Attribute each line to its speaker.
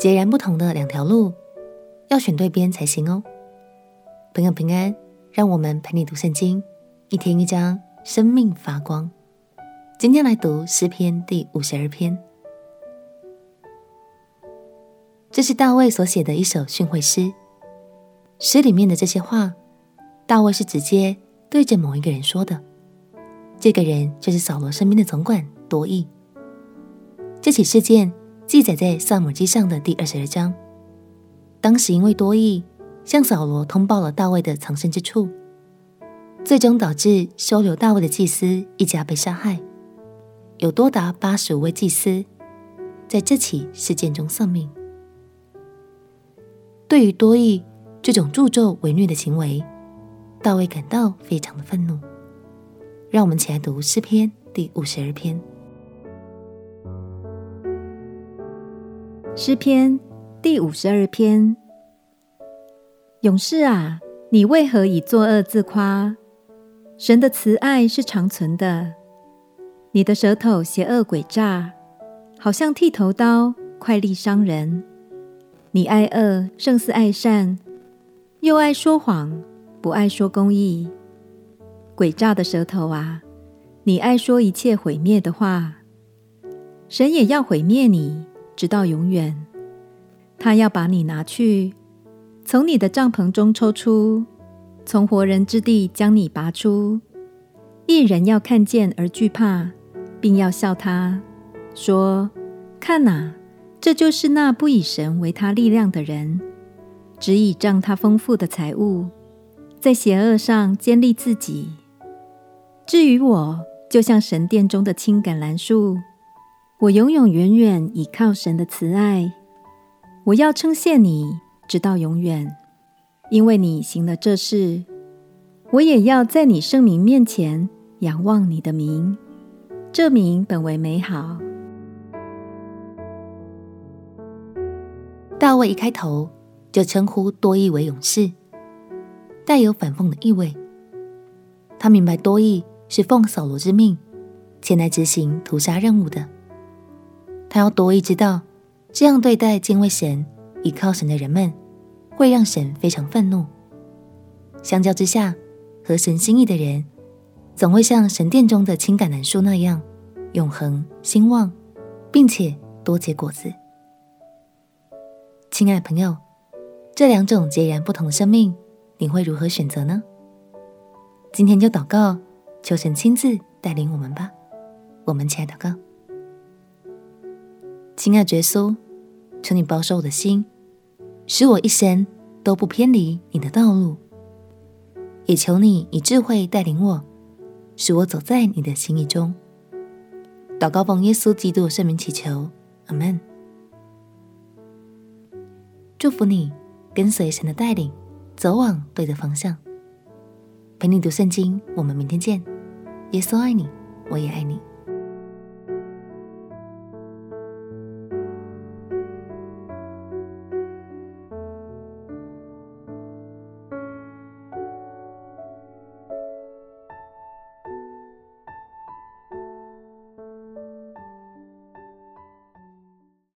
Speaker 1: 截然不同的两条路，要选对边才行哦。朋友平安，让我们陪你读圣经，一天一章，生命发光。今天来读诗篇第52篇。这是大卫所写的一首训诲诗。诗里面的这些话，大卫是直接对着某一个人说的。这个人就是扫罗身边的总管多益。这起事件记载在撒母耳记上的第22章。当时因为多益向扫罗通报了大卫的藏身之处，最终导致收留大卫的祭司一家被杀害，有多达85位祭司在这起事件中丧命。对于多益这种助纣为虐的行为，大卫感到非常的愤怒。让我们一起来读诗篇第52篇。
Speaker 2: 诗篇第52篇。勇士啊，你为何以作恶自夸？神的慈爱是长存的。你的舌头邪恶诡诈，好像剃头刀，快利伤人。你爱恶胜似爱善，又爱说谎，不爱说公义。诡诈的舌头啊，你爱说一切毁灭的话。神也要毁灭你，直到永远。他要把你拿去，从你的帐篷中抽出，从活人之地将你拔出。一人要看见而惧怕，并要笑他，说：看哪，这就是那不以神为他力量的人，只倚仗他丰富的财物，在邪恶上坚立自己。至于我，就像神殿中的青橄榄树，我永永远远倚靠神的慈爱。我要称谢你，直到永远，因为你行了这事。我也要在你圣名面前仰望你的名，这名本为美好。
Speaker 1: 大卫一开头就称呼多益为勇士，带有反讽的意味。他明白多益是奉扫罗之命前来执行屠杀任务的，他要多益知道，这样对待敬畏神、倚靠神的人们，会让神非常愤怒。相较之下，合神心意的人，总会像神殿中的青橄榄树那样，永恒兴旺，并且多结果子。亲爱的朋友，这两种截然不同的生命，你会如何选择呢？今天就祷告，求神亲自带领我们吧。我们一起来祷告。亲爱的耶稣，求你保守我的心，使我一生都不偏离你的道路，也求你以智慧带领我，使我走在你的心意中。祷告奉耶稣基督的圣名祈求，阿们。祝福你跟随神的带领，走往对的方向。陪你读圣经，我们明天见。耶稣爱你，我也爱你。